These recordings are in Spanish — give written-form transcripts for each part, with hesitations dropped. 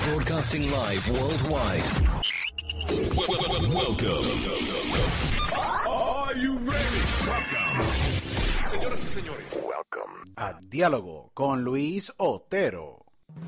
Broadcasting live worldwide. Welcome. Are you ready? Welcome. Señoras y señores, welcome a Diálogo con Luis Otero.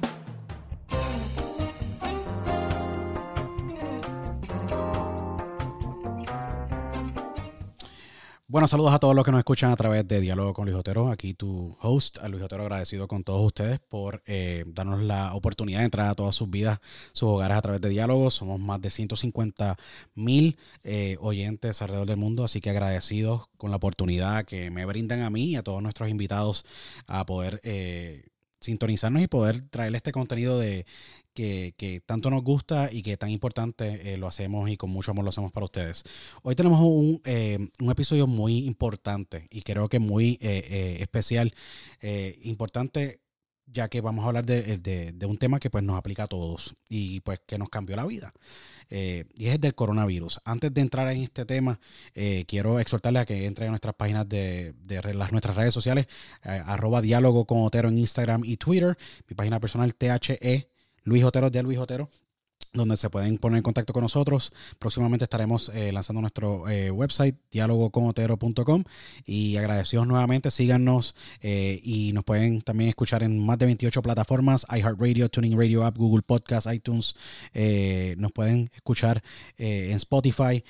Bueno, saludos a todos los que nos escuchan a través de Diálogo con Luis Otero. Aquí tu host, a Luis Otero, agradecido con todos ustedes por darnos la oportunidad de entrar a todas sus vidas, sus hogares a través de Diálogo. Somos más de 150,000 oyentes alrededor del mundo, así que agradecidos con la oportunidad que me brindan a mí y a todos nuestros invitados a poder sintonizarnos y poder traerle este contenido que tanto nos gusta y que tan importante lo hacemos y con mucho amor lo hacemos para ustedes. Hoy tenemos un episodio muy importante y creo que muy especial, importante, ya que vamos a hablar de un tema que pues nos aplica a todos y pues que nos cambió la vida. Y es el del coronavirus. Antes de entrar en este tema, quiero exhortarles a que entren a nuestras páginas nuestras redes sociales, @diálogo con Otero en Instagram y Twitter, mi página personal THE Luis Otero de Luis Otero, donde se pueden poner en contacto con nosotros. Próximamente estaremos lanzando nuestro website, dialogoconotero.com, y agradecidos nuevamente, síganos y nos pueden también escuchar en más de 28 plataformas, iHeartRadio, Tuning Radio App, Google Podcast, iTunes, nos pueden escuchar en Spotify,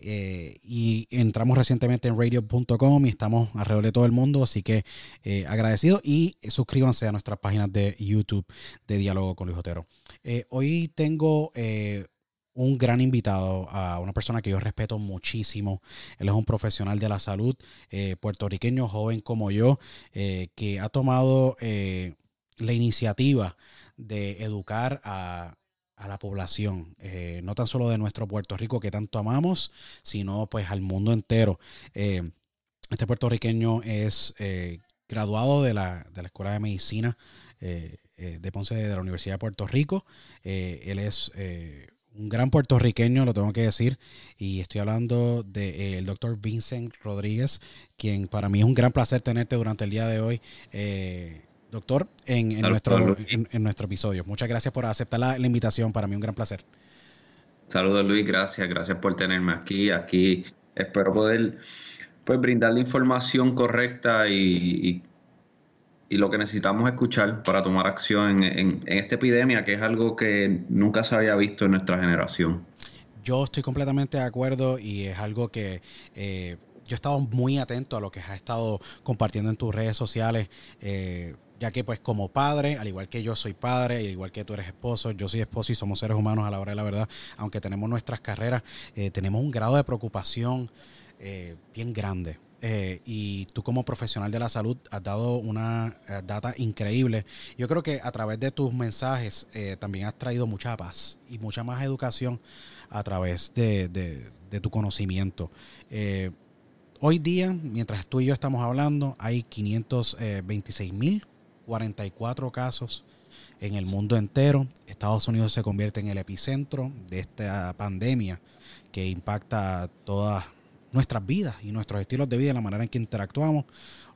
y entramos recientemente en radio.com y estamos alrededor de todo el mundo, así que agradecidos, y suscríbanse a nuestras páginas de YouTube de Diálogo con Luis Otero. Hoy tengo un gran invitado, a una persona que yo respeto muchísimo. Él es un profesional de la salud, puertorriqueño, joven como yo, que ha tomado la iniciativa de educar a la población, no tan solo de nuestro Puerto Rico que tanto amamos, sino pues al mundo entero. Este puertorriqueño es graduado de la Escuela de Medicina de Ponce, de la Universidad de Puerto Rico. Él es un gran puertorriqueño, lo tengo que decir, y estoy hablando del doctor Vincent Rodríguez, quien para mí es un gran placer tenerte durante el día de hoy, doctor, en nuestro episodio. Muchas gracias por aceptar la invitación, para mí un gran placer. Saludos, Luis, gracias por tenerme aquí. Aquí espero poder pues brindar la información correcta y lo que necesitamos escuchar para tomar acción en esta epidemia, que es algo que nunca se había visto en nuestra generación. Yo estoy completamente de acuerdo, y es algo que yo he estado muy atento a lo que has estado compartiendo en tus redes sociales, ya que pues como padre, al igual que yo soy padre, al igual que tú eres esposo, yo soy esposo, y somos seres humanos a la hora de la verdad, aunque tenemos nuestras carreras, tenemos un grado de preocupación bien grande. Y tú como profesional de la salud has dado una data increíble. Yo creo que a través de tus mensajes también has traído mucha paz y mucha más educación a través de tu conocimiento. Hoy día, mientras tú y yo estamos hablando, hay 526,044 casos en el mundo entero. Estados Unidos se convierte en el epicentro de esta pandemia que impacta todas nuestras vidas y nuestros estilos de vida, y la manera en que interactuamos.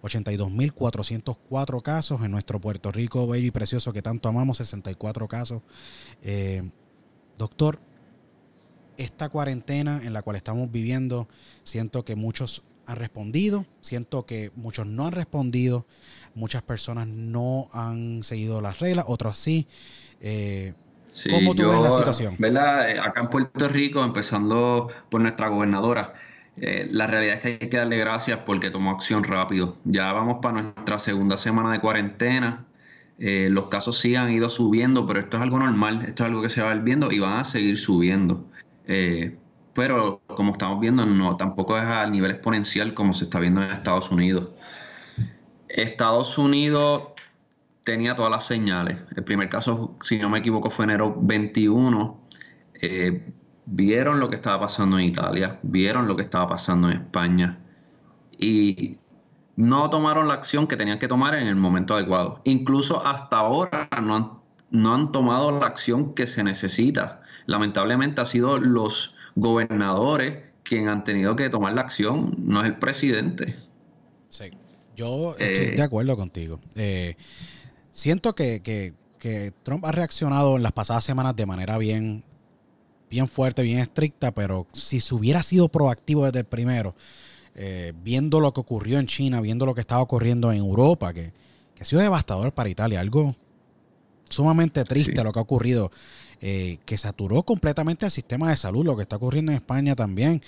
82,404 casos en nuestro Puerto Rico bello y precioso que tanto amamos, 64 casos. Doctor, esta cuarentena en la cual estamos viviendo, siento que muchos han respondido, siento que muchos no han respondido, muchas personas no han seguido las reglas, otros sí. Sí, ¿Cómo tú ves la situación? ¿Verdad? Acá en Puerto Rico, empezando por nuestra gobernadora, la realidad es que hay que darle gracias porque tomó acción rápido. Ya vamos para nuestra segunda semana de cuarentena. Los casos sí han ido subiendo, pero esto es algo normal, esto es algo que se va a ir viendo y van a seguir subiendo. Pero como estamos viendo, no, tampoco es al nivel exponencial como se está viendo en Estados Unidos. Estados Unidos tenía todas las señales. El primer caso, si no me equivoco, fue enero 21. Vieron lo que estaba pasando en Italia, vieron lo que estaba pasando en España y no tomaron la acción que tenían que tomar en el momento adecuado. Incluso hasta ahora no han tomado la acción que se necesita. Lamentablemente ha sido los gobernadores quienes han tenido que tomar la acción, no es el presidente. Sí, yo estoy de acuerdo contigo. Siento que que Trump ha reaccionado en las pasadas semanas de manera bien fuerte, bien estricta, pero si se hubiera sido proactivo desde el primero, viendo lo que ocurrió en China, viendo lo que estaba ocurriendo en Europa, que ha sido devastador para Italia, algo sumamente triste lo que ha ocurrido, que saturó completamente el sistema de salud, lo que está ocurriendo en España también,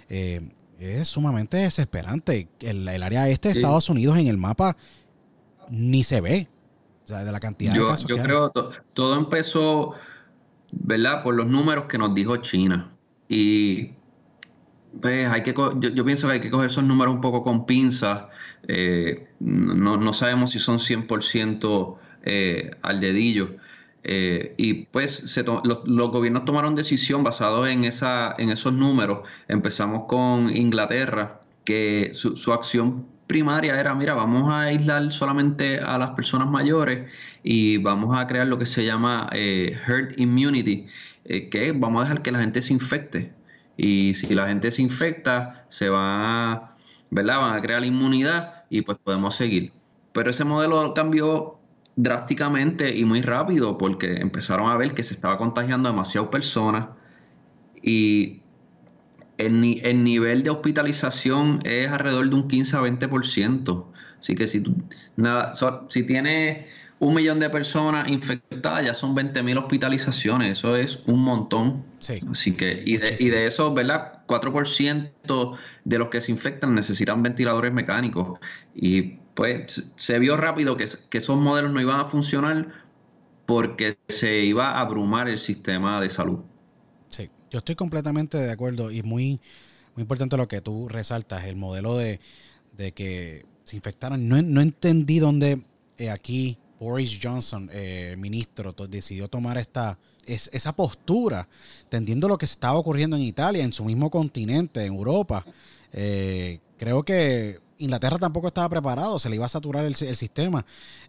es sumamente desesperante. El área este de Estados Unidos en el mapa ni se ve, o sea, de la cantidad de casos que hay. Yo creo todo empezó, ¿verdad?, por los números que nos dijo China. Y pues yo pienso que hay que coger esos números un poco con pinzas. No sabemos si son 100% al dedillo. Y pues los gobiernos tomaron decisión basados en esos números. Empezamos con Inglaterra, que su acción primaria era, mira, vamos a aislar solamente a las personas mayores y vamos a crear lo que se llama herd immunity, que vamos a dejar que la gente se infecte. Y si la gente se infecta, ¿verdad?, van a crear la inmunidad y pues podemos seguir. Pero ese modelo cambió drásticamente y muy rápido porque empezaron a ver que se estaba contagiando a demasiadas personas y el nivel de hospitalización es alrededor de un 15 a 20%. Así que si tienes 1 millón de personas infectadas, ya son 20,000 hospitalizaciones. Eso es un montón. Sí. Así que, y de eso, ¿verdad?, 4% de los que se infectan necesitan ventiladores mecánicos. Y pues se vio rápido que esos modelos no iban a funcionar porque se iba a abrumar el sistema de salud. Sí, yo estoy completamente de acuerdo y muy, muy importante lo que tú resaltas, el modelo de que se infectaron. No entendí dónde aquí Boris Johnson, ministro, decidió tomar esa postura, entendiendo lo que estaba ocurriendo en Italia, en su mismo continente, en Europa. Creo que Inglaterra tampoco estaba preparado, se le iba a saturar el sistema.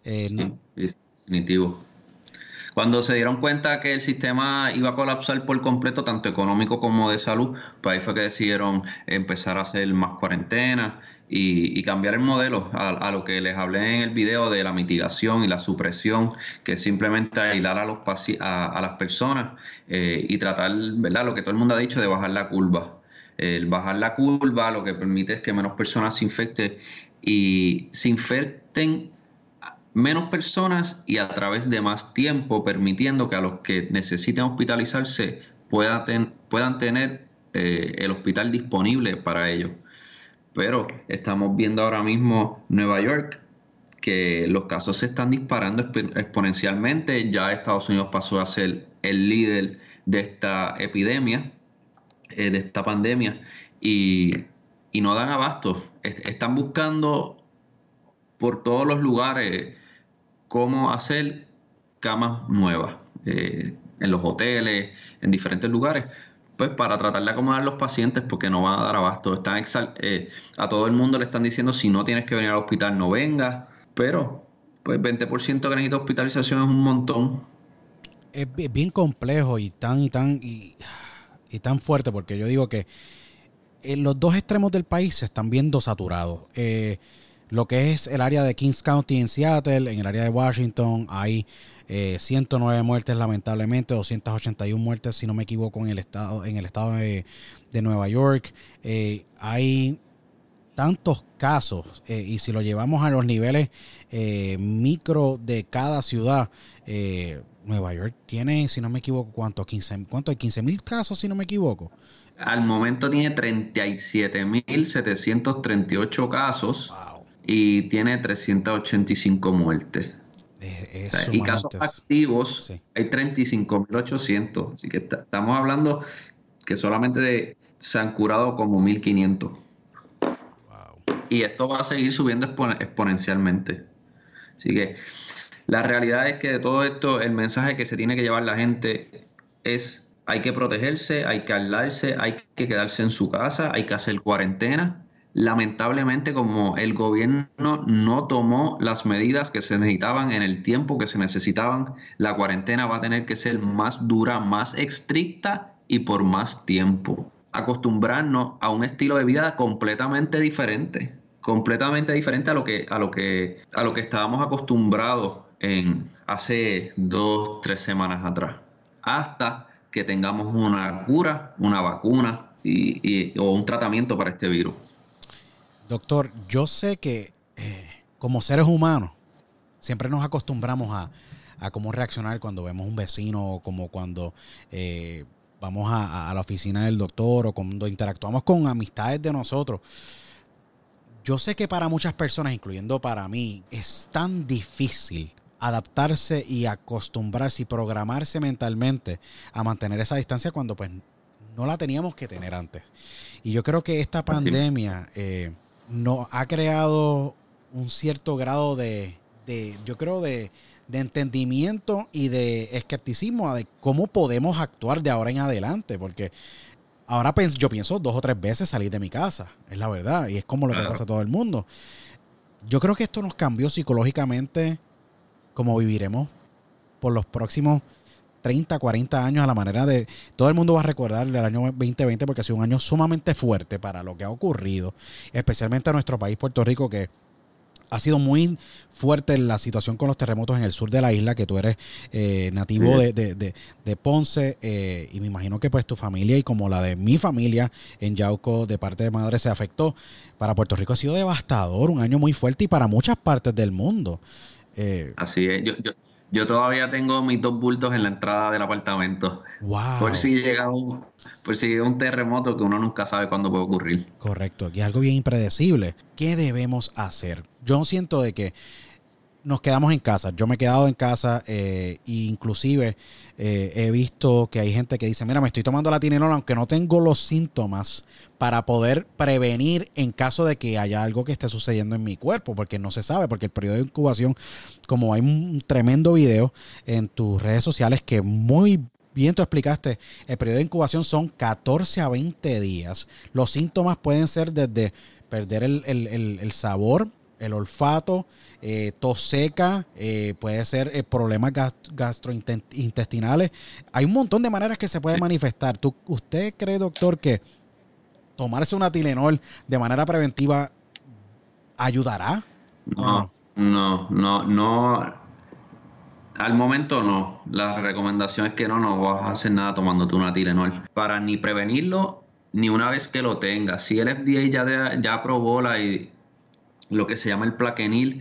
Definitivo. Cuando se dieron cuenta que el sistema iba a colapsar por completo, tanto económico como de salud, pues ahí fue que decidieron empezar a hacer más cuarentenas y cambiar el modelo a lo que les hablé en el video de la mitigación y la supresión, que es simplemente aislar a las personas y tratar, ¿verdad?, lo que todo el mundo ha dicho, de bajar la curva. El bajar la curva lo que permite es que menos personas se infecten y se infecten menos personas y a través de más tiempo, permitiendo que a los que necesiten hospitalizarse puedan tener el hospital disponible para ellos. Pero estamos viendo ahora mismo Nueva York, que los casos se están disparando exponencialmente. Ya Estados Unidos pasó a ser el líder de esta epidemia, de esta pandemia, y no dan abasto. Están buscando por todos los lugares cómo hacer camas nuevas en los hoteles, en diferentes lugares, pues para tratar de acomodar a los pacientes porque no van a dar abasto. A todo el mundo le están diciendo, si no tienes que venir al hospital, no vengas, pero pues 20% que necesita hospitalización es un montón. Es bien complejo y tan fuerte, porque yo digo que en los dos extremos del país se están viendo saturados. Lo que es el área de Kings County en Seattle, en el área de Washington, hay 109 muertes lamentablemente, 281 muertes si no me equivoco en el estado de Nueva York. Hay tantos casos y si lo llevamos a los niveles micro de cada ciudad, Nueva York tiene, si no me equivoco, ¿cuánto hay? 15,000 casos, si no me equivoco. Al momento tiene 37,738 casos. Wow. Y tiene 385 muertes. Y casos activos, sí, hay 35,800. Así que estamos hablando que solamente se han curado como 1,500. Wow. Y esto va a seguir subiendo exponencialmente. Así que la realidad es que de todo esto, el mensaje que se tiene que llevar la gente es: hay que protegerse, hay que aislarse, hay que quedarse en su casa, hay que hacer cuarentena. Lamentablemente, como el gobierno no tomó las medidas que se necesitaban en el tiempo que se necesitaban, la cuarentena va a tener que ser más dura, más estricta y por más tiempo. Acostumbrarnos a un estilo de vida completamente diferente a lo que estábamos acostumbrados hace 2, 3 semanas atrás, hasta que tengamos una cura, una vacuna o un tratamiento para este virus. Doctor, yo sé que como seres humanos siempre nos acostumbramos a cómo reaccionar cuando vemos un vecino, o como cuando vamos a la oficina del doctor, o cuando interactuamos con amistades de nosotros. Yo sé que para muchas personas, incluyendo para mí, es tan difícil adaptarse y acostumbrarse y programarse mentalmente a mantener esa distancia cuando pues no la teníamos que tener antes. Y yo creo que esta pandemia nos ha creado un cierto grado de entendimiento y de escepticismo de cómo podemos actuar de ahora en adelante, porque ahora yo pienso 2 o 3 veces salir de mi casa, es la verdad, y es como lo que pasa a todo el mundo. Yo creo que esto nos cambió psicológicamente cómo viviremos por los próximos 30, 40 años, a la manera de... Todo el mundo va a recordar el año 2020 porque ha sido un año sumamente fuerte para lo que ha ocurrido, especialmente a nuestro país, Puerto Rico, que ha sido muy fuerte la situación con los terremotos en el sur de la isla, que tú eres nativo de Ponce, y me imagino que pues tu familia y como la de mi familia en Yauco de parte de madre se afectó. Para Puerto Rico ha sido devastador, un año muy fuerte y para muchas partes del mundo. Así es, yo todavía tengo mis 2 bultos en la entrada del apartamento. Wow. Por si llega un terremoto que uno nunca sabe cuándo puede ocurrir. Correcto, y algo bien impredecible. ¿Qué debemos hacer? Yo siento de que nos quedamos en casa. Yo me he quedado en casa e inclusive he visto que hay gente que dice, mira, me estoy tomando la Tylenol aunque no tengo los síntomas para poder prevenir en caso de que haya algo que esté sucediendo en mi cuerpo, porque no se sabe, porque el periodo de incubación, como hay un tremendo video en tus redes sociales que muy bien tú explicaste, el periodo de incubación son 14 a 20 días. Los síntomas pueden ser desde perder el sabor, el olfato, tos seca, puede ser problemas gastrointestinales. Hay un montón de maneras que se puede manifestar. ¿Usted cree, doctor, que tomarse una Tylenol de manera preventiva ayudará? No. Al momento no. La recomendación es que no vas a hacer nada tomándote una Tylenol. Para ni prevenirlo, ni una vez que lo tengas. Si el FDA ya aprobó lo que se llama el Plaquenil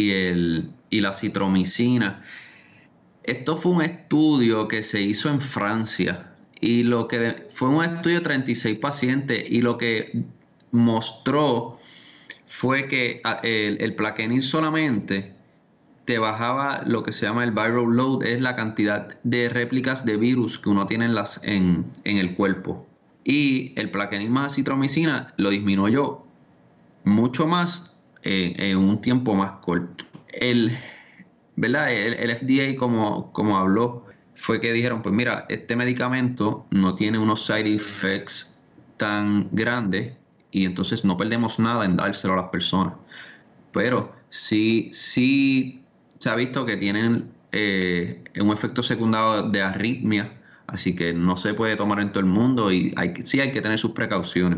y la citromicina. Esto fue un estudio que se hizo en Francia. Y lo que fue un estudio de 36 pacientes. Y lo que mostró fue que el Plaquenil solamente te bajaba lo que se llama el viral load, es la cantidad de réplicas de virus que uno tiene en el cuerpo. Y el Plaquenil más citromicina lo disminuyó mucho más en un tiempo más corto. ¿Verdad? El FDA, como habló, fue que dijeron, pues mira, este medicamento no tiene unos side effects tan grandes y entonces no perdemos nada en dárselo a las personas. Pero sí se ha visto que tienen un efecto secundario de arritmia, así que no se puede tomar en todo el mundo y hay que tener sus precauciones.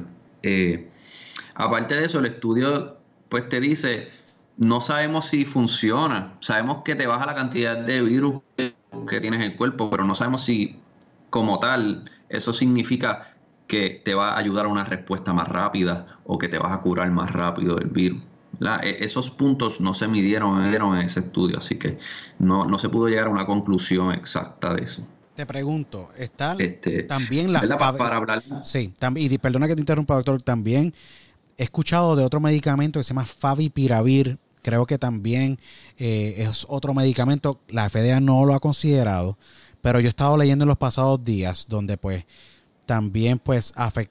Aparte de eso, el estudio pues te dice, no sabemos si funciona, sabemos que te baja la cantidad de virus que tienes en el cuerpo, pero no sabemos si como tal eso significa que te va a ayudar a una respuesta más rápida o que te vas a curar más rápido del virus. Esos puntos no se midieron en ese estudio, así que no se pudo llegar a una conclusión exacta de eso. Te pregunto, ¿están también las... Para hablar... Sí, también, y perdona que te interrumpa, doctor, también he escuchado de otro medicamento que se llama Favipiravir, creo que también es otro medicamento, la FDA no lo ha considerado, pero yo he estado leyendo en los pasados días donde pues también pues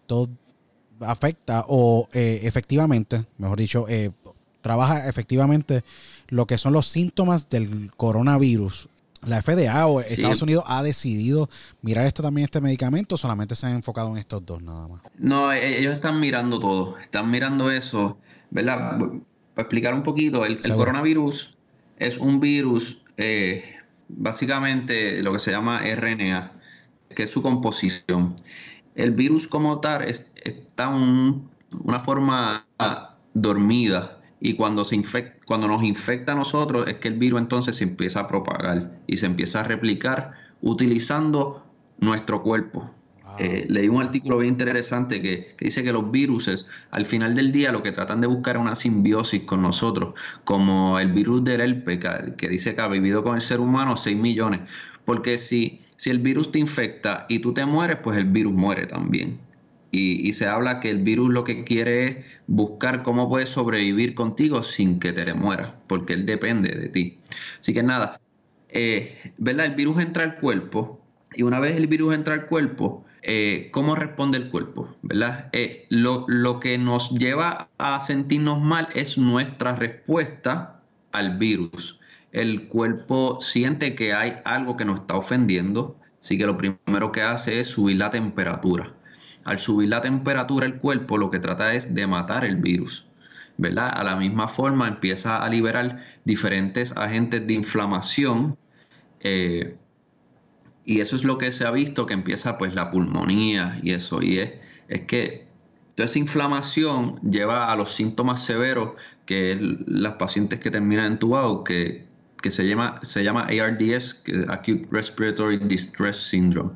afecta o efectivamente, mejor dicho, trabaja efectivamente lo que son los síntomas del coronavirus. La FDA o Estados Unidos ha decidido mirar este medicamento, o solamente se han enfocado en estos dos nada más. No, ellos están mirando todo, están mirando eso, ¿verdad? Para explicar un poquito, el coronavirus es un virus, básicamente lo que se llama RNA, que es su composición. El virus como tal está en una forma dormida y cuando nos infecta a nosotros es que el virus entonces se empieza a propagar y se empieza a replicar utilizando nuestro cuerpo. Leí un artículo bien interesante que dice que los viruses al final del día lo que tratan de buscar es una simbiosis con nosotros, como el virus del herpes que dice que ha vivido con el ser humano 6 millones, porque si el virus te infecta y tú te mueres, pues el virus muere también. Y se habla que el virus lo que quiere es buscar cómo puede sobrevivir contigo sin que te mueras, porque él depende de ti. Así que nada, ¿verdad? El virus entra al cuerpo y una vez el virus entra al cuerpo, ¿cómo responde el cuerpo? ¿Verdad? Lo que nos lleva a sentirnos mal es nuestra respuesta al virus. El cuerpo siente que hay algo que nos está ofendiendo, así que lo primero que hace es subir la temperatura. Al subir la temperatura, el cuerpo lo que trata es de matar el virus, ¿verdad? A la misma forma empieza a liberar diferentes agentes de inflamación, y eso es lo que se ha visto, que empieza pues la pulmonía y eso. Y es que toda esa inflamación lleva a los síntomas severos, que es las pacientes que terminan entubados, que se llama ARDS, que es Acute Respiratory Distress Syndrome.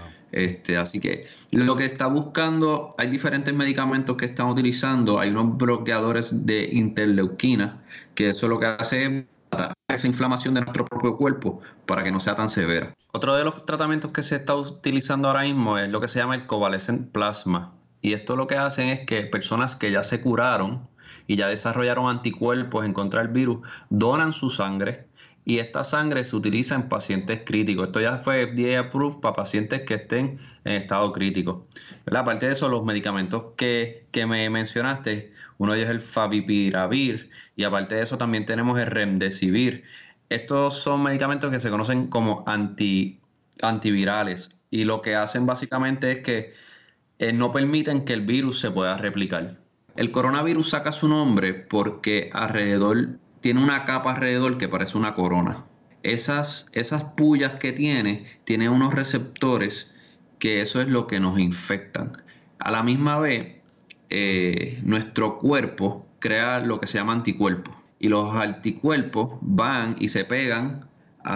Así que lo que está buscando, hay diferentes medicamentos que están utilizando, hay unos bloqueadores de interleuquina, que eso lo que hace es matar esa inflamación de nuestro propio cuerpo para que no sea tan severa. Otro de los tratamientos que se está utilizando ahora mismo es lo que se llama el convalescent plasma, y esto lo que hacen es que personas que ya se curaron y ya desarrollaron anticuerpos en contra del virus, donan su sangre. Y esta sangre se utiliza en pacientes críticos. Esto ya fue FDA approved para pacientes que estén en estado crítico, ¿verdad? Aparte de eso, los medicamentos que me mencionaste, uno de ellos es el favipiravir, y aparte de eso también tenemos el remdesivir. Estos son medicamentos que se conocen como antivirales, y lo que hacen básicamente es que no permiten que el virus se pueda replicar. El coronavirus saca su nombre porque tiene una capa alrededor que parece una corona. Esas pullas que tiene unos receptores que eso es lo que nos infectan. A la misma vez, nuestro cuerpo crea lo que se llama anticuerpos. Y los anticuerpos van y se pegan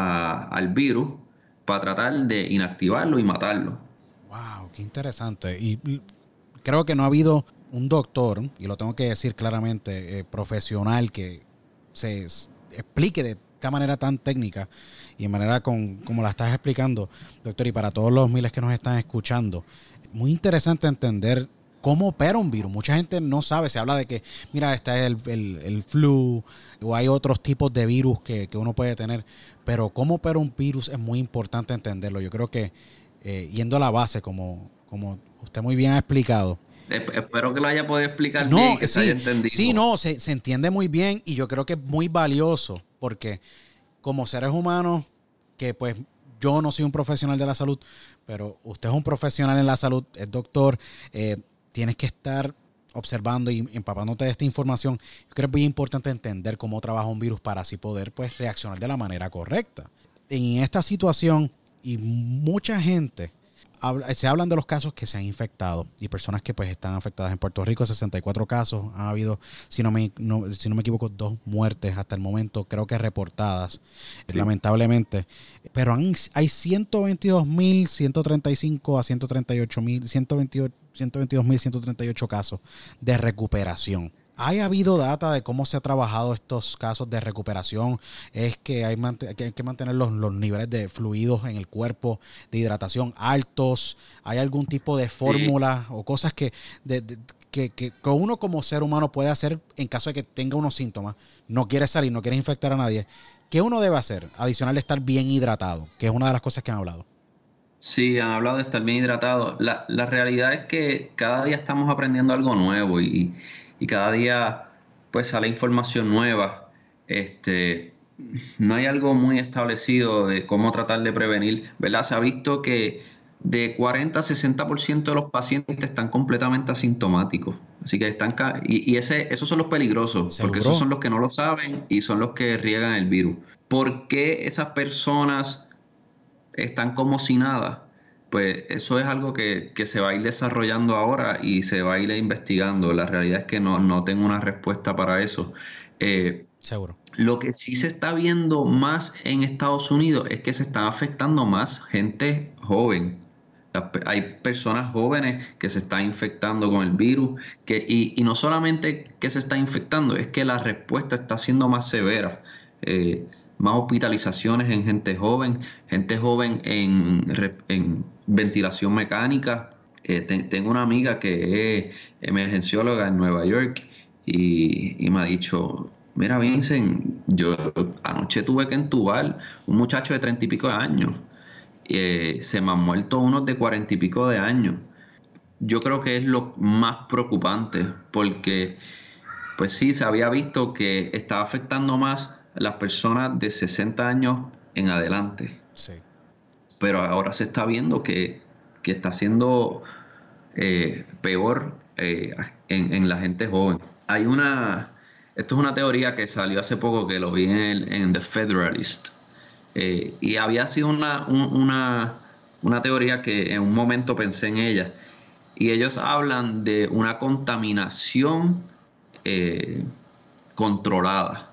al virus para tratar de inactivarlo y matarlo. Wow, qué interesante. Y creo que no ha habido un doctor, y lo tengo que decir claramente, profesional que se explique de esta manera tan técnica y de manera como la estás explicando, doctor, y para todos los miles que nos están escuchando, muy interesante entender cómo opera un virus. Mucha gente no sabe, se habla de que, mira, está el flu, o hay otros tipos de virus que uno puede tener, pero cómo opera un virus es muy importante entenderlo. Yo creo que yendo a la base, como usted muy bien ha explicado, espero que lo haya podido explicar bien y que se haya entendido. Sí, se entiende muy bien, y yo creo que es muy valioso porque como seres humanos, que pues yo no soy un profesional de la salud, pero usted es un profesional en la salud, es doctor, tienes que estar observando y empapándote de esta información. Yo creo que es muy importante entender cómo trabaja un virus para así poder pues reaccionar de la manera correcta. En esta situación, y mucha gente se hablan de los casos que se han infectado y personas que pues están afectadas. En Puerto Rico 64 casos, ha habido, si no me equivoco, 2 muertes hasta el momento, creo que reportadas, sí, lamentablemente, pero hay 122.135 a 122.138 casos de recuperación. ¿Ha habido data de cómo se ha trabajado estos casos de recuperación? ¿Es que hay que mantener los niveles de fluidos en el cuerpo, de hidratación altos? ¿Hay algún tipo de fórmula o cosas que uno como ser humano puede hacer en caso de que tenga unos síntomas, no quiere salir, no quiere infectar a nadie? ¿Qué uno debe hacer adicional de estar bien hidratado? Que es una de las cosas que han hablado. Sí, han hablado de estar bien hidratado. La realidad es que cada día estamos aprendiendo algo nuevo y cada día pues sale información nueva. No hay algo muy establecido de cómo tratar de prevenir, ¿verdad? Se ha visto que de 40 a 60% de los pacientes están completamente asintomáticos. Así que esos son los peligrosos, ¿seguro? Porque esos son los que no lo saben y son los que riegan el virus. ¿Por qué esas personas están como si nada? Pues eso es algo que se va a ir desarrollando ahora y se va a ir investigando. La realidad es que no tengo una respuesta para eso. Seguro. Lo que sí se está viendo más en Estados Unidos es que se están afectando más gente joven. Hay personas jóvenes que se están infectando con el virus, y no solamente que se está infectando, es que la respuesta está siendo más severa. Más hospitalizaciones en gente joven en ventilación mecánica. Tengo una amiga que es emergencióloga en Nueva York y me ha dicho: mira, Vincent, yo anoche tuve que entubar un muchacho de 30 y pico de años. Se me han muerto unos de 40 y pico de años. Yo creo que es lo más preocupante, porque pues sí, se había visto que estaba afectando más a las personas de 60 años en adelante. Sí. Pero ahora se está viendo que está siendo peor en la gente joven. Esto es una teoría que salió hace poco, que lo vi en The Federalist. Y había sido una teoría que en un momento pensé en ella. Y ellos hablan de una contaminación controlada.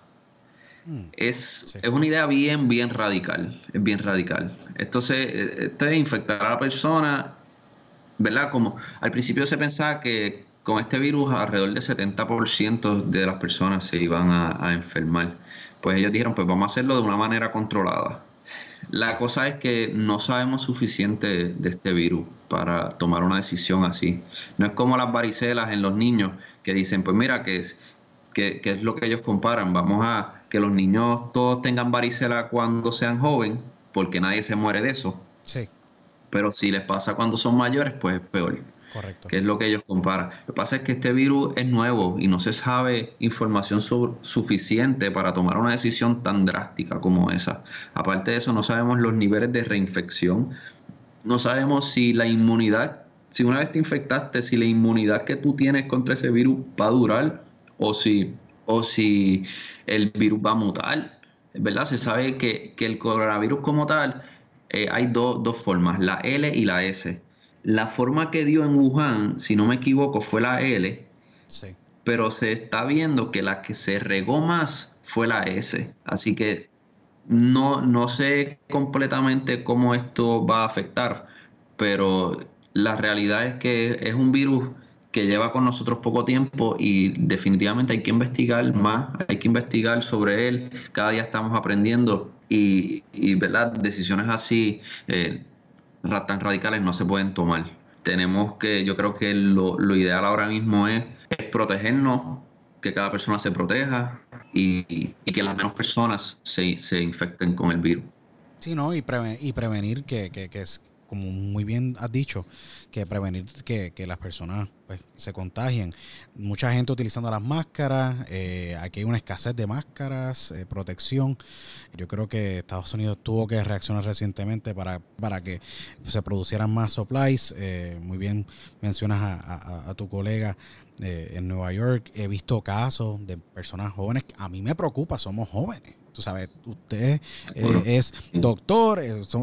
Es una idea bien radical. Es bien radical. Esto es infectar a la persona, ¿verdad? Como al principio se pensaba que con este virus alrededor del 70% de las personas se iban a enfermar. Pues ellos dijeron, pues vamos a hacerlo de una manera controlada. La cosa es que no sabemos suficiente de este virus para tomar una decisión así. No es como las varicelas en los niños, que dicen, pues mira, que es lo que ellos comparan. Vamos a que los niños todos tengan varicela cuando sean jóvenes, porque nadie se muere de eso. Sí. Pero si les pasa cuando son mayores, pues es peor. Correcto. Que es lo que ellos comparan. Lo que pasa es que este virus es nuevo y no se sabe información suficiente para tomar una decisión tan drástica como esa. Aparte de eso, no sabemos los niveles de reinfección. No sabemos si la inmunidad, si una vez te infectaste, si la inmunidad que tú tienes contra ese virus va a durar o si el virus va a mutar. ¿Verdad? Se sabe que el coronavirus como tal, hay dos formas, la L y la S. La forma que dio en Wuhan, si no me equivoco, fue la L. Sí. Pero se está viendo que la que se regó más fue la S. Así que no sé completamente cómo esto va a afectar, pero la realidad es que es un virus que lleva con nosotros poco tiempo y definitivamente hay que investigar más, hay que investigar sobre él. Cada día estamos aprendiendo y ¿verdad? Decisiones así tan radicales no se pueden tomar. Yo creo que lo ideal ahora mismo es protegernos, que cada persona se proteja y que las menos personas se infecten con el virus. Sí, ¿no? Y prevenir que es, como muy bien has dicho, que prevenir que las personas pues se contagien. Mucha gente utilizando las máscaras, aquí hay una escasez de máscaras, protección. Yo creo que Estados Unidos tuvo que reaccionar recientemente para que se producieran más supplies. Muy bien mencionas a tu colega en Nueva York. He visto casos de personas jóvenes. A mí me preocupa, somos jóvenes. Tú sabes, usted es doctor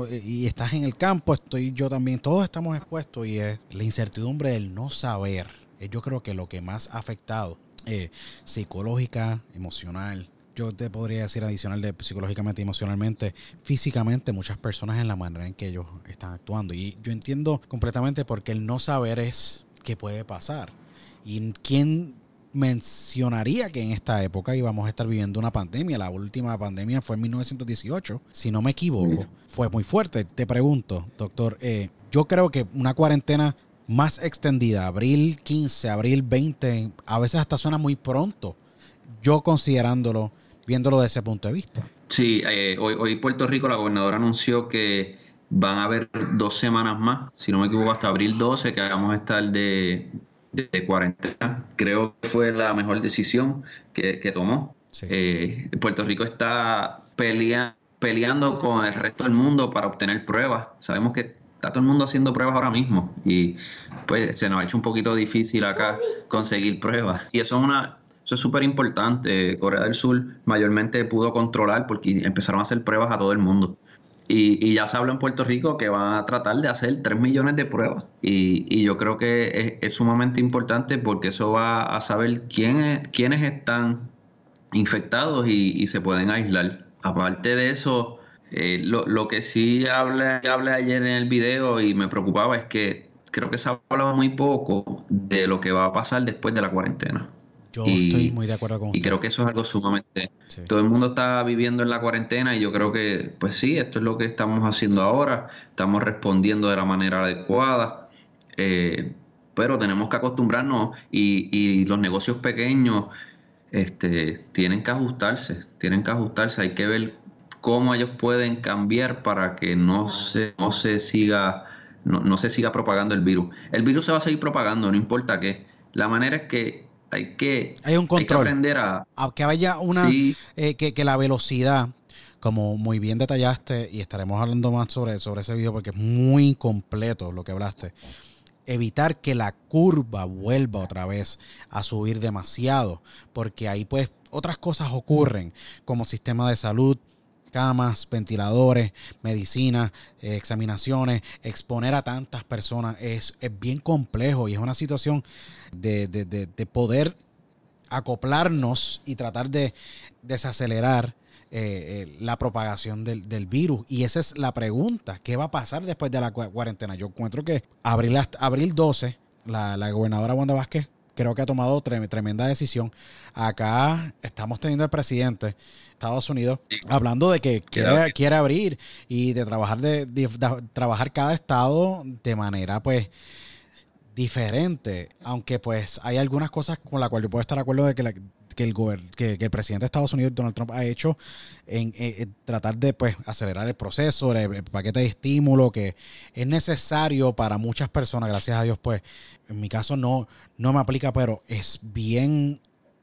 y estás en el campo, estoy yo también, todos estamos expuestos y es la incertidumbre del no saber. Yo creo que lo que más ha afectado psicológica, emocional, yo te podría decir adicional de psicológicamente y emocionalmente, físicamente, muchas personas en la manera en que ellos están actuando. Y yo entiendo completamente porque el no saber es qué puede pasar. ¿Y quién mencionaría que en esta época íbamos a estar viviendo una pandemia? La última pandemia fue en 1918, si no me equivoco. Fue muy fuerte. Te pregunto, doctor, yo creo que una cuarentena más extendida, abril 15, abril 20, a veces hasta suena muy pronto, yo considerándolo, viéndolo desde ese punto de vista. Sí, hoy Puerto Rico, la gobernadora anunció que van a haber 2 semanas más, si no me equivoco, hasta abril 12, que vamos a estar de cuarentena. Creo que fue la mejor decisión que tomó. Sí. Puerto Rico está peleando con el resto del mundo para obtener pruebas. Sabemos que está todo el mundo haciendo pruebas ahora mismo y pues se nos ha hecho un poquito difícil acá conseguir pruebas. Y eso es súper importante. Corea del Sur mayormente pudo controlar porque empezaron a hacer pruebas a todo el mundo. Y ya se habla en Puerto Rico que van a tratar de hacer 3 millones de pruebas. Y yo creo que es sumamente importante porque eso va a saber quiénes están infectados y se pueden aislar. Aparte de eso, lo que sí hablé ayer en el video y me preocupaba es que creo que se ha hablado muy poco de lo que va a pasar después de la cuarentena. Yo estoy muy de acuerdo con usted. Y creo que eso es algo sumamente... Sí. Todo el mundo está viviendo en la cuarentena y yo creo que, pues sí, esto es lo que estamos haciendo ahora. Estamos respondiendo de la manera adecuada. Pero tenemos que acostumbrarnos y los negocios pequeños tienen que ajustarse. Hay que ver cómo ellos pueden cambiar para que no se siga propagando el virus. El virus se va a seguir propagando, no importa qué. La manera es que hay un control. Hay que aprender a que haya una sí. Que la velocidad, como muy bien detallaste, y estaremos hablando más sobre ese video porque es muy completo lo que hablaste. Evitar que la curva vuelva otra vez a subir demasiado, porque ahí pues otras cosas ocurren, como sistema de salud, camas, ventiladores, medicinas, examinaciones. Exponer a tantas personas es bien complejo y es una situación de poder acoplarnos y tratar de desacelerar la propagación del virus. Y esa es la pregunta: ¿qué va a pasar después de la cuarentena? Yo encuentro que abril 12, la gobernadora Wanda Vázquez creo que ha tomado tremenda decisión. Acá estamos teniendo al presidente de Estados Unidos hablando de que quiere abrir y de trabajar cada estado de manera pues diferente, aunque pues hay algunas cosas con las cuales yo puedo estar de acuerdo de que el presidente de Estados Unidos, Donald Trump, ha hecho en tratar de pues acelerar el proceso, el paquete de estímulo que es necesario para muchas personas. Gracias a Dios, pues en mi caso no me aplica, pero es bien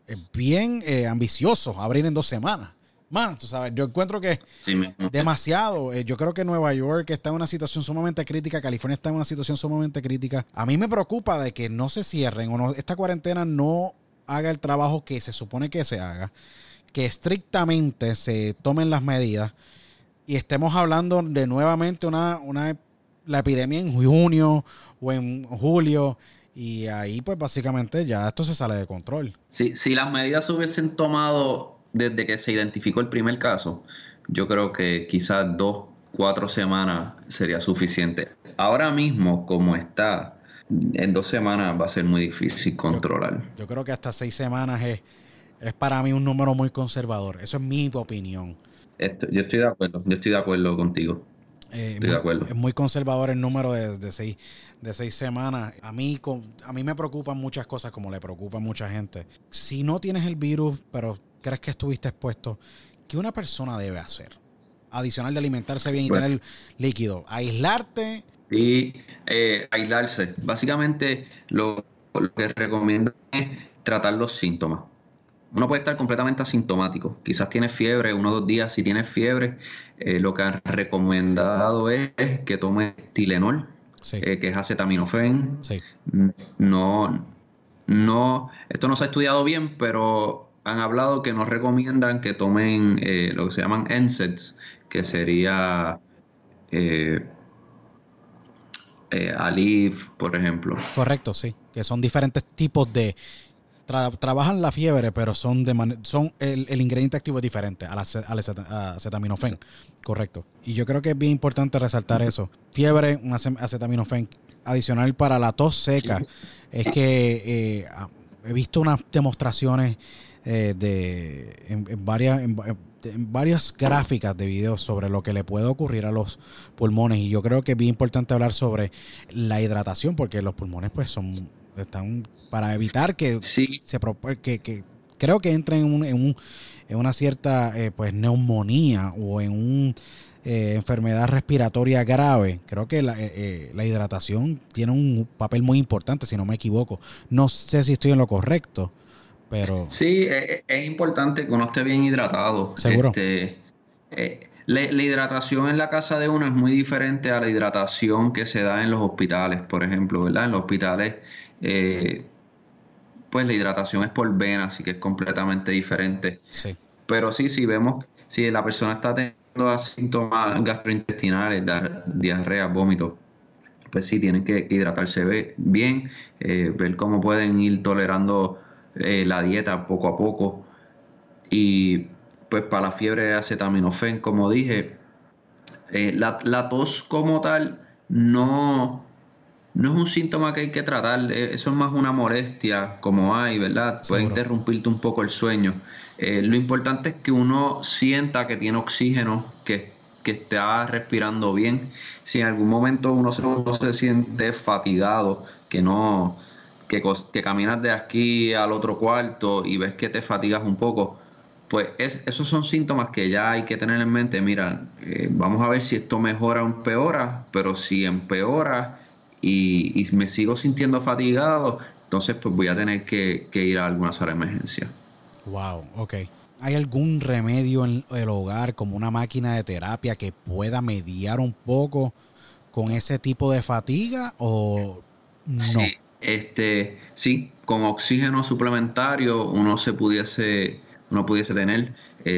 ambicioso abrir en 2 semanas. Más, tú sabes, yo encuentro que demasiado. Yo creo que Nueva York está en una situación sumamente crítica, California está en una situación sumamente crítica. A mí me preocupa de que no se cierren o no, esta cuarentena no haga el trabajo que se supone que se haga, que estrictamente se tomen las medidas y estemos hablando de nuevamente la epidemia en junio o en julio, y ahí pues básicamente ya esto se sale de control. Si las medidas se hubiesen tomado desde que se identificó el primer caso, yo creo que quizás 2-4 semanas sería suficiente. Ahora mismo, como está, en 2 semanas va a ser muy difícil controlar. Yo creo que hasta 6 semanas es para mí un número muy conservador. Eso es mi opinión. Yo estoy de acuerdo contigo. Estoy de acuerdo. Es muy conservador el número de 6 semanas. A mí me preocupan muchas cosas, como le preocupa a mucha gente. Si no tienes el virus, pero crees que estuviste expuesto, ¿qué una persona debe hacer? Adicional de alimentarse bien y tener líquido. Aislarte. Sí, aislarse. Básicamente lo que recomiendo es tratar los síntomas. Uno puede estar completamente asintomático. Quizás tienes fiebre 1 o 2 días. Si tienes fiebre, lo que han recomendado es que tomes Tylenol, sí, que es acetaminofén. Sí. Esto no se ha estudiado bien, pero han hablado que nos recomiendan que tomen lo que se llaman NSAIDs, que sería Aleve, por ejemplo. Correcto, sí. Que son diferentes tipos de... trabajan la fiebre, pero son el ingrediente activo es diferente al acetaminofén. Correcto. Y yo creo que es bien importante resaltar eso. Fiebre, un acetaminofén adicional para la tos seca. Sí. Es que he visto unas demostraciones en varias gráficas de videos sobre lo que le puede ocurrir a los pulmones, y yo creo que es bien importante hablar sobre la hidratación, porque los pulmones pues están para evitar que sí, que creo que entren en una cierta pues neumonía o en una enfermedad respiratoria grave. Creo que la hidratación tiene un papel muy importante, si no me equivoco. No sé si estoy en lo correcto, pero... Sí, es importante que uno esté bien hidratado. ¿Seguro? La hidratación en la casa de uno es muy diferente a la hidratación que se da en los hospitales, por ejemplo, ¿verdad? En los hospitales, pues la hidratación es por vena, así que es completamente diferente. Sí. Pero sí, si vemos, si la persona está teniendo síntomas gastrointestinales, diarrea, vómito, pues sí, tienen que hidratarse bien, ver cómo pueden ir tolerando la dieta poco a poco. Y pues para la fiebre acetaminofén, como dije, la tos como tal no es un síntoma que hay que tratar, eso es más una molestia, como hay, ¿verdad? Puede Seguro. interrumpirte un poco el sueño. Lo importante es que uno sienta que tiene oxígeno, que está respirando bien. Si en algún momento uno se siente fatigado, que caminas de aquí al otro cuarto y ves que te fatigas un poco, pues esos son síntomas que ya hay que tener en mente. Mira, vamos a ver si esto mejora o empeora, pero si empeora y me sigo sintiendo fatigado, entonces pues voy a tener que ir a alguna sala de emergencia. Wow, ok. ¿Hay algún remedio en el hogar, como una máquina de terapia, que pueda mediar un poco con ese tipo de fatiga o no? Sí, sí, con oxígeno suplementario uno pudiese tener.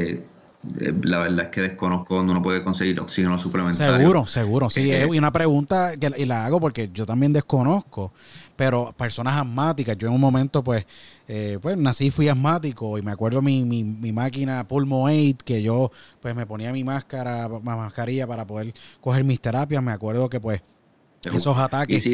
La verdad es que desconozco dónde uno puede conseguir oxígeno suplementario. Seguro, seguro. Sí, es Eh, una pregunta y la hago porque yo también desconozco, pero personas asmáticas, yo en un momento pues nací, fui asmático y me acuerdo mi máquina Pulmoaid, que yo pues me ponía mi mascarilla para poder coger mis terapias, me acuerdo que pues esos y ataques sí,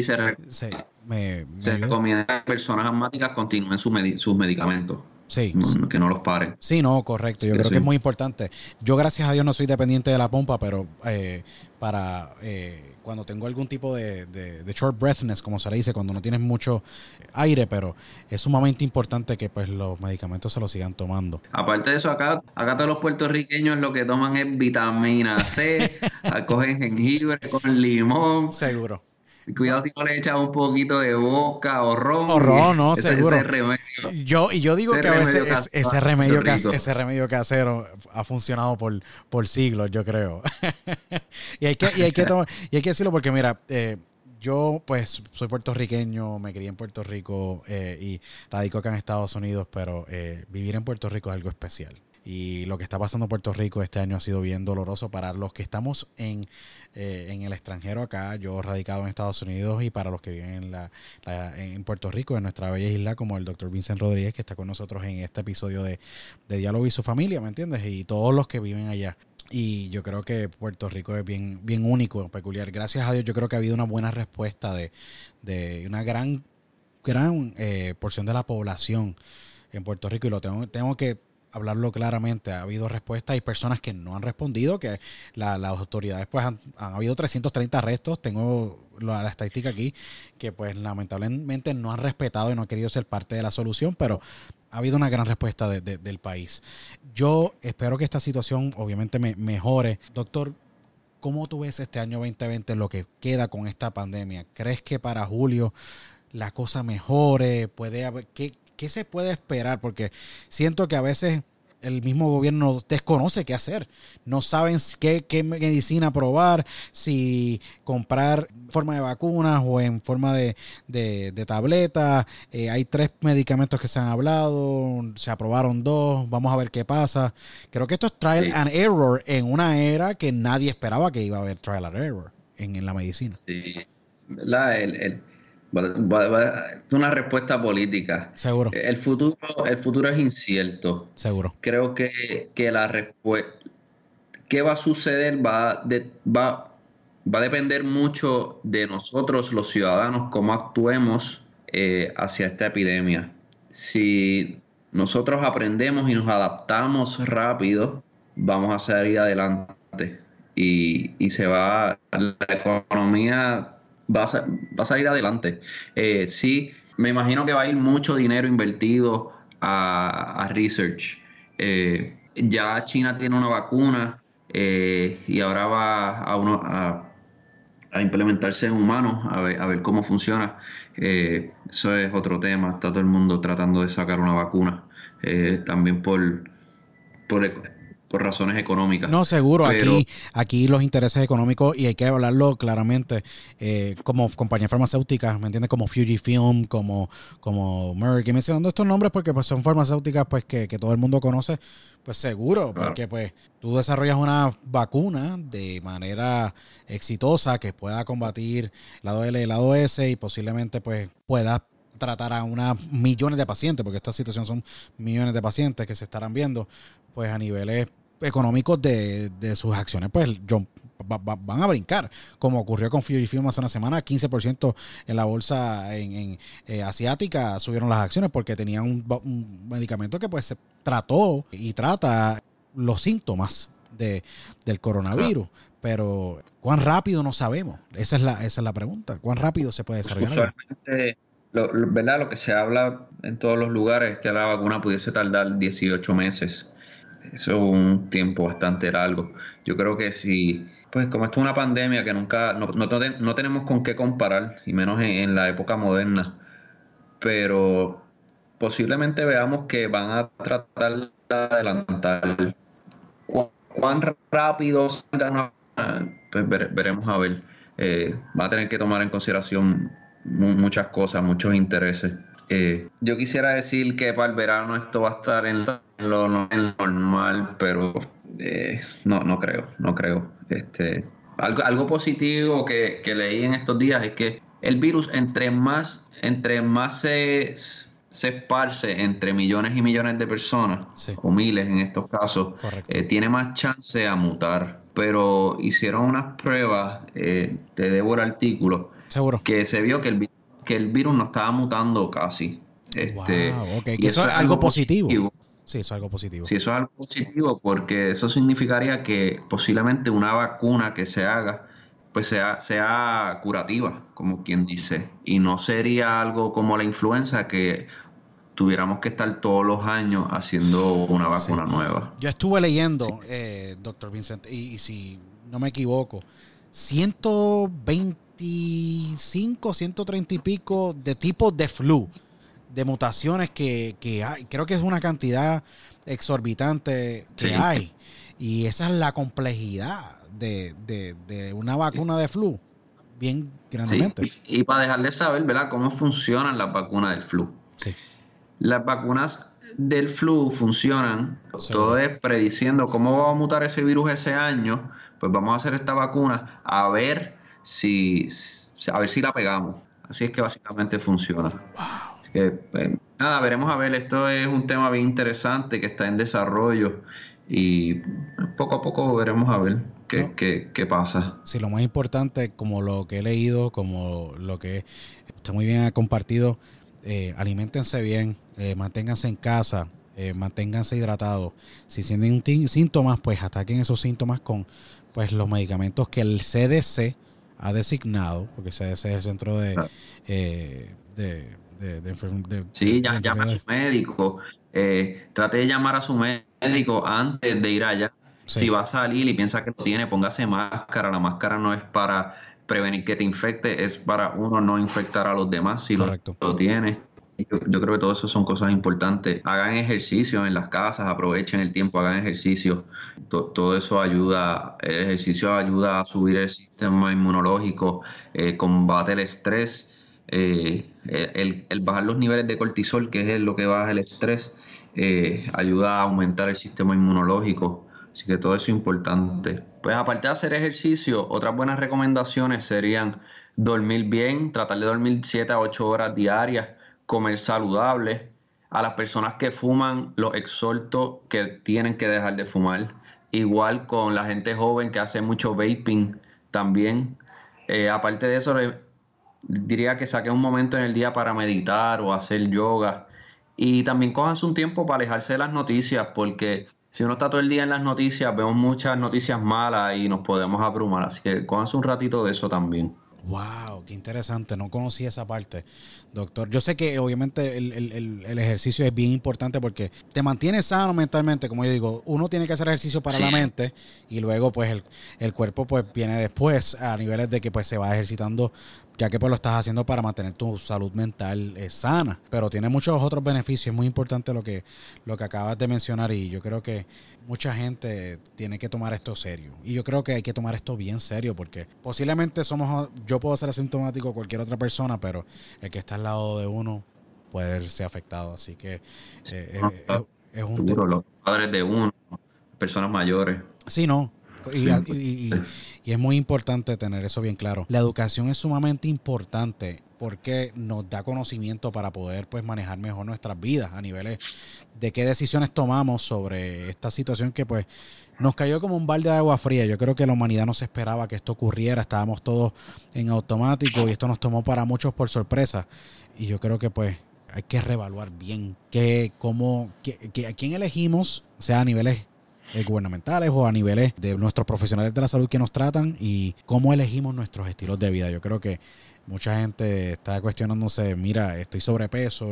me se ayudan. recomienda que personas asmáticas continúen sus medicamentos, Sí, que no los paren. sí, no, correcto. Yo creo Eso que es es muy importante. Yo, gracias a Dios, no soy dependiente de la pompa, pero para cuando tengo algún tipo de short breathness, como se le dice, cuando no tienes mucho aire, pero es sumamente importante que pues los medicamentos se los sigan tomando. Aparte de eso, acá todos los puertorriqueños lo que toman es vitamina C, cogen jengibre con limón. Seguro. No, Cuidado si no le echas un poquito de vodka o o ron y ron, no, ese seguro. remedio, Yo digo ese que a veces remedio casero ese de Puerto remedio Rico. ese remedio casero ha funcionado por siglos, yo creo. Y hay que decirlo porque, mira, yo pues soy puertorriqueño, me crié en Puerto Rico y radico acá en Estados Unidos, pero vivir en Puerto Rico es algo especial. Y lo que está pasando en Puerto Rico este año ha sido bien doloroso para los que estamos en el extranjero acá, yo radicado en Estados Unidos, y para los que viven en Puerto Rico, en nuestra bella isla, como el doctor Vincent Rodríguez, que está con nosotros en este episodio de Diálogo y su familia, ¿me entiendes? Y todos los que viven allá. Y yo creo que Puerto Rico es bien, bien único, peculiar. Gracias a Dios, yo creo que ha habido una buena respuesta de una gran porción de la población en Puerto Rico, y tengo que hablarlo claramente. Ha habido respuestas, hay personas que no han respondido, que las autoridades pues han habido 330 arrestos, tengo la estadística aquí, que pues lamentablemente no han respetado y no han querido ser parte de la solución, pero ha habido una gran respuesta del país. Yo espero que esta situación obviamente mejore. Doctor, ¿cómo tú ves este año 2020, lo que queda con esta pandemia? ¿Crees que para julio la cosa mejore? ¿Puede haber, qué se puede esperar? Porque siento que a veces el mismo gobierno desconoce qué hacer. No saben qué medicina probar, si comprar en forma de vacunas o en forma de tableta. Hay 3 medicamentos que se han hablado, se aprobaron 2, vamos a ver qué pasa. Creo que esto es trial and error en una era que nadie esperaba que iba a haber trial and error en la medicina. Sí, ¿verdad? Es una respuesta política. Seguro, El futuro es incierto. seguro. Creo que la respuesta, qué va a suceder va a depender mucho de nosotros, los ciudadanos, cómo actuemos hacia esta epidemia. Si nosotros aprendemos y nos adaptamos rápido, vamos a salir adelante y la economía va a salir adelante. Sí, me imagino que va a ir mucho dinero invertido a research. Ya China tiene una vacuna y ahora va a implementarse en humanos, a ver cómo funciona. Eso es otro tema. Está todo el mundo tratando de sacar una vacuna, también por, por razones económicas. No, seguro, Pero aquí los intereses económicos, y hay que hablarlo claramente, como compañías farmacéuticas, ¿me entiendes? Como Fujifilm, como Merck, y mencionando estos nombres porque pues son farmacéuticas pues que todo el mundo conoce, pues seguro, claro, porque pues tú desarrollas una vacuna de manera exitosa que pueda combatir el lado L y el lado S, y posiblemente pues pueda tratar a unas millones de pacientes, porque esta situación son millones de pacientes que se estarán viendo, pues a niveles económicos de sus acciones, pues van a brincar, como ocurrió con Fujifilm hace una semana. 15% en la bolsa en asiática subieron las acciones porque tenían un medicamento que pues se trató y trata los síntomas del coronavirus. Pero ¿cuán rápido? No sabemos. Esa es la pregunta. ¿Cuán rápido se puede desarrollar? Usualmente, ¿verdad? Lo que se habla en todos los lugares es que la vacuna pudiese tardar 18 meses. Eso es un tiempo bastante largo. Yo creo que si, pues como esto es una pandemia que nunca, no tenemos con qué comparar, y menos en la época moderna, pero posiblemente veamos que van a tratar de adelantar. ¿Cuán rápido salgan? Pues veremos a ver. Va a tener que tomar en consideración muchas cosas, muchos intereses. Yo quisiera decir que para el verano esto va a estar en lo normal, pero no creo. Algo positivo que leí en estos días es que el virus entre más se esparce entre millones y millones de personas, sí, o miles en estos casos, tiene más chance a mutar. Pero hicieron unas pruebas, te debo el artículo, seguro, que se vio que el virus no estaba mutando casi. Wow, okay. Que eso es algo positivo. Sí, eso es algo positivo. Sí, eso es algo positivo porque eso significaría que posiblemente una vacuna que se haga pues sea curativa, como quien dice, y no sería algo como la influenza que tuviéramos que estar todos los años haciendo una vacuna nueva. Yo estuve leyendo, doctor Vincent, y si no me equivoco, 125, 130 y pico de tipos de flu, de mutaciones que hay. Creo que es una cantidad exorbitante que hay. Y esa es la complejidad de una vacuna de flu, bien grandemente. Sí. Y para dejarles saber, ¿verdad?, cómo funcionan las vacunas del flu. Sí. Las vacunas del flu funcionan, todo es prediciendo cómo va a mutar ese virus ese año, pues vamos a hacer esta vacuna a ver si la pegamos. Así es que básicamente funciona. Wow. Nada, veremos a ver. Esto es un tema bien interesante que está en desarrollo y poco a poco veremos a ver qué pasa. Sí, lo más importante, como lo que he leído, como lo que está muy bien compartido, aliméntense bien, manténganse en casa, manténganse hidratados. Si sienten síntomas, pues ataquen esos síntomas con pues los medicamentos que el CDC ha designado, porque el CDC es el centro llame a su médico. Trate de llamar a su médico antes de ir allá. Sí. Si va a salir y piensa que lo tiene, póngase máscara. La máscara no es para prevenir que te infecte, es para uno no infectar a los demás si lo tiene. Yo creo que todo eso son cosas importantes. Hagan ejercicio en las casas, aprovechen el tiempo, hagan ejercicio. Todo eso ayuda. El ejercicio ayuda a subir el sistema inmunológico, combate el estrés, el bajar los niveles de cortisol, que es lo que baja el estrés, ayuda a aumentar el sistema inmunológico. Así que todo eso es importante. Pues aparte de hacer ejercicio, otras buenas recomendaciones serían dormir bien, tratar de dormir 7 a 8 horas diarias, comer saludable. A las personas que fuman, los exhorto que tienen que dejar de fumar. Igual con la gente joven que hace mucho vaping también. Aparte de eso, diría que saquen un momento en el día para meditar o hacer yoga. Y también cójanse un tiempo para alejarse de las noticias, porque si uno está todo el día en las noticias, vemos muchas noticias malas y nos podemos abrumar. Así que cójanse un ratito de eso también. Wow, qué interesante. No conocía esa parte, doctor. Yo sé que obviamente el ejercicio es bien importante porque te mantiene sano mentalmente. Como yo digo, uno tiene que hacer ejercicio para la mente y luego pues el cuerpo pues viene después a niveles de que pues se va ejercitando, ya que pues lo estás haciendo para mantener tu salud mental sana. Pero tiene muchos otros beneficios. Es muy importante lo que acabas de mencionar y yo creo que mucha gente tiene que tomar esto serio. Y yo creo que hay que tomar esto bien serio porque posiblemente yo puedo ser asintomático cualquier otra persona, pero el que está al lado de uno puede verse afectado. Así que es un tema. Los padres de uno, personas mayores. Sí, no. y es muy importante tener eso bien claro. La educación es sumamente importante porque nos da conocimiento para poder pues manejar mejor nuestras vidas a niveles de qué decisiones tomamos sobre esta situación que pues nos cayó como un balde de agua fría. Yo creo que la humanidad no se esperaba que esto ocurriera, estábamos todos en automático y esto nos tomó para muchos por sorpresa. Y yo creo que pues hay que reevaluar bien a quién elegimos, sea a niveles gubernamentales o a niveles de nuestros profesionales de la salud que nos tratan y cómo elegimos nuestros estilos de vida. Yo creo que mucha gente está cuestionándose, mira, estoy sobrepeso,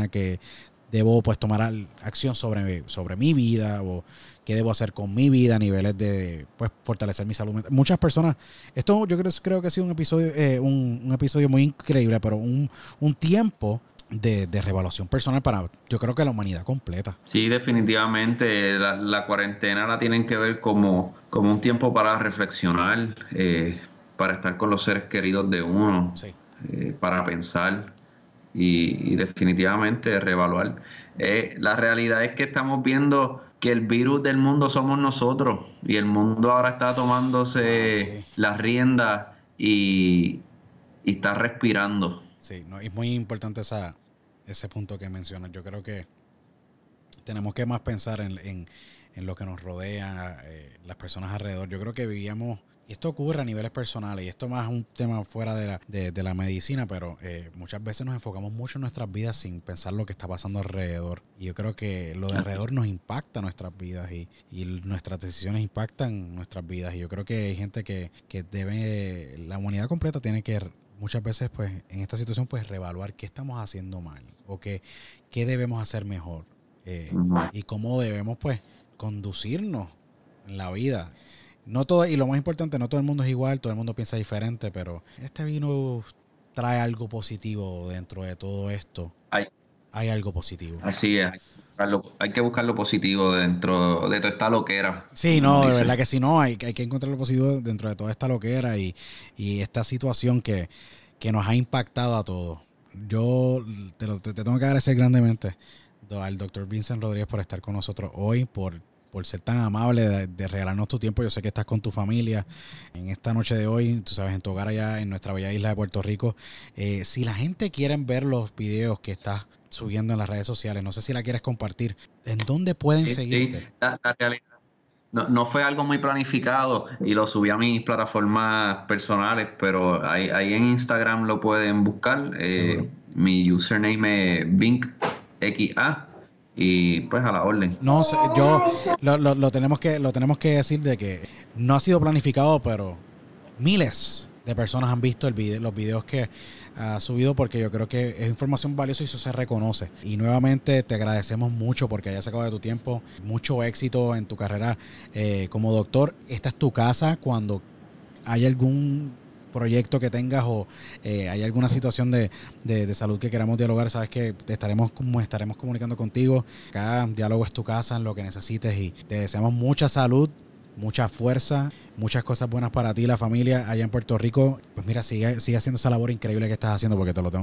debo pues tomar acción sobre mi vida o qué debo hacer con mi vida a niveles de pues fortalecer mi salud mental. Muchas personas, esto yo creo que ha sido un episodio muy increíble, pero un tiempo de reevaluación personal para, yo creo que la humanidad completa. Sí, definitivamente la cuarentena la tienen que ver como un tiempo para reflexionar, para estar con los seres queridos de uno, Sí. Para pensar y definitivamente reevaluar. La realidad es que estamos viendo que el virus del mundo somos nosotros y el mundo ahora está tomándose las riendas y está respirando. Sí, no, es muy importante ese punto que mencionas. Yo creo que tenemos que más pensar en lo que nos rodea, las personas alrededor. Yo creo que vivíamos, y esto ocurre a niveles personales, y esto más es un tema fuera de la medicina, pero muchas veces nos enfocamos mucho en nuestras vidas sin pensar lo que está pasando alrededor. Y yo creo que lo de alrededor nos impacta nuestras vidas y nuestras decisiones impactan nuestras vidas. Y yo creo que hay gente que la humanidad completa tiene que muchas veces pues en esta situación pues reevaluar qué estamos haciendo mal o qué debemos hacer mejor y cómo debemos pues conducirnos en la vida. Y lo más importante, no todo el mundo es igual, todo el mundo piensa diferente, pero este virus trae algo positivo dentro de todo esto. Hay algo positivo. Así es. Hay que buscar lo positivo dentro de toda esta loquera. Sí, no, de verdad que sí, no, hay que encontrar lo positivo dentro de toda esta loquera y esta situación que nos ha impactado a todos. Yo te tengo que agradecer grandemente al Dr. Vincent Rodríguez por estar con nosotros hoy, por ser tan amable de regalarnos tu tiempo. Yo sé que estás con tu familia en esta noche de hoy, tú sabes, en tu hogar allá en nuestra bella isla de Puerto Rico. Si la gente quiere ver los videos que estás subiendo en las redes sociales, no sé si la quieres compartir, ¿en dónde pueden seguirte? Sí, la realidad no fue algo muy planificado y lo subí a mis plataformas personales, pero ahí en Instagram lo pueden buscar. Mi username es VincXA y pues a la orden. No sé, lo tenemos que decir de que no ha sido planificado, pero miles de personas han visto los videos que ha subido porque yo creo que es información valiosa y eso se reconoce. Y nuevamente te agradecemos mucho porque hayas sacado de tu tiempo. Mucho éxito en tu carrera como doctor. Esta es tu casa. Cuando hay algún proyecto que tengas o hay alguna situación de salud que queramos dialogar, sabes que estaremos comunicando contigo. Acá Diálogo es tu casa en lo que necesites y te deseamos mucha salud, mucha fuerza, muchas cosas buenas para ti y la familia allá en Puerto Rico. Pues mira, sigue haciendo esa labor increíble que estás haciendo porque te lo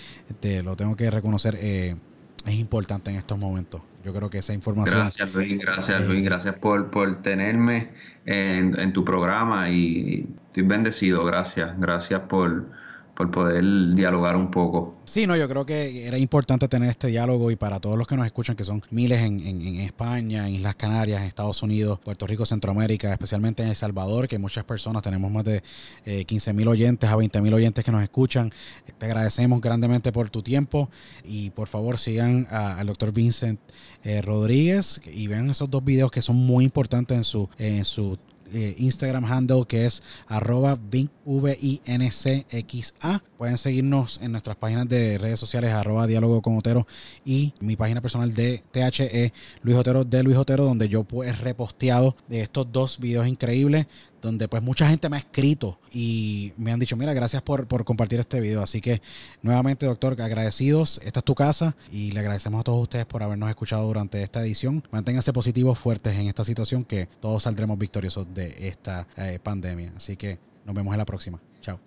tengo que reconocer. Es importante en estos momentos. Yo creo que esa información... Gracias Luis, gracias por tenerme en tu programa y estoy bendecido, gracias por poder dialogar un poco. Sí, no, yo creo que era importante tener este diálogo y para todos los que nos escuchan, que son miles en España, en Islas Canarias, en Estados Unidos, Puerto Rico, Centroamérica, especialmente en El Salvador, que muchas personas, tenemos más de 15,000 oyentes a 20,000 oyentes que nos escuchan. Te agradecemos grandemente por tu tiempo y por favor sigan al Dr. Vincent Rodríguez y vean esos 2 videos que son muy importantes en su Instagram handle, que es @VincXA. Pueden seguirnos en nuestras páginas de redes sociales @Diálogo con Otero y mi página personal de THE Luis Otero, donde yo pues he reposteado de estos 2 videos increíbles donde pues mucha gente me ha escrito y me han dicho, mira, gracias por compartir este video. Así que nuevamente, doctor, agradecidos. Esta es tu casa y le agradecemos a todos ustedes por habernos escuchado durante esta edición. Manténganse positivos, fuertes en esta situación, que todos saldremos victoriosos de esta pandemia. Así que nos vemos en la próxima. Chao.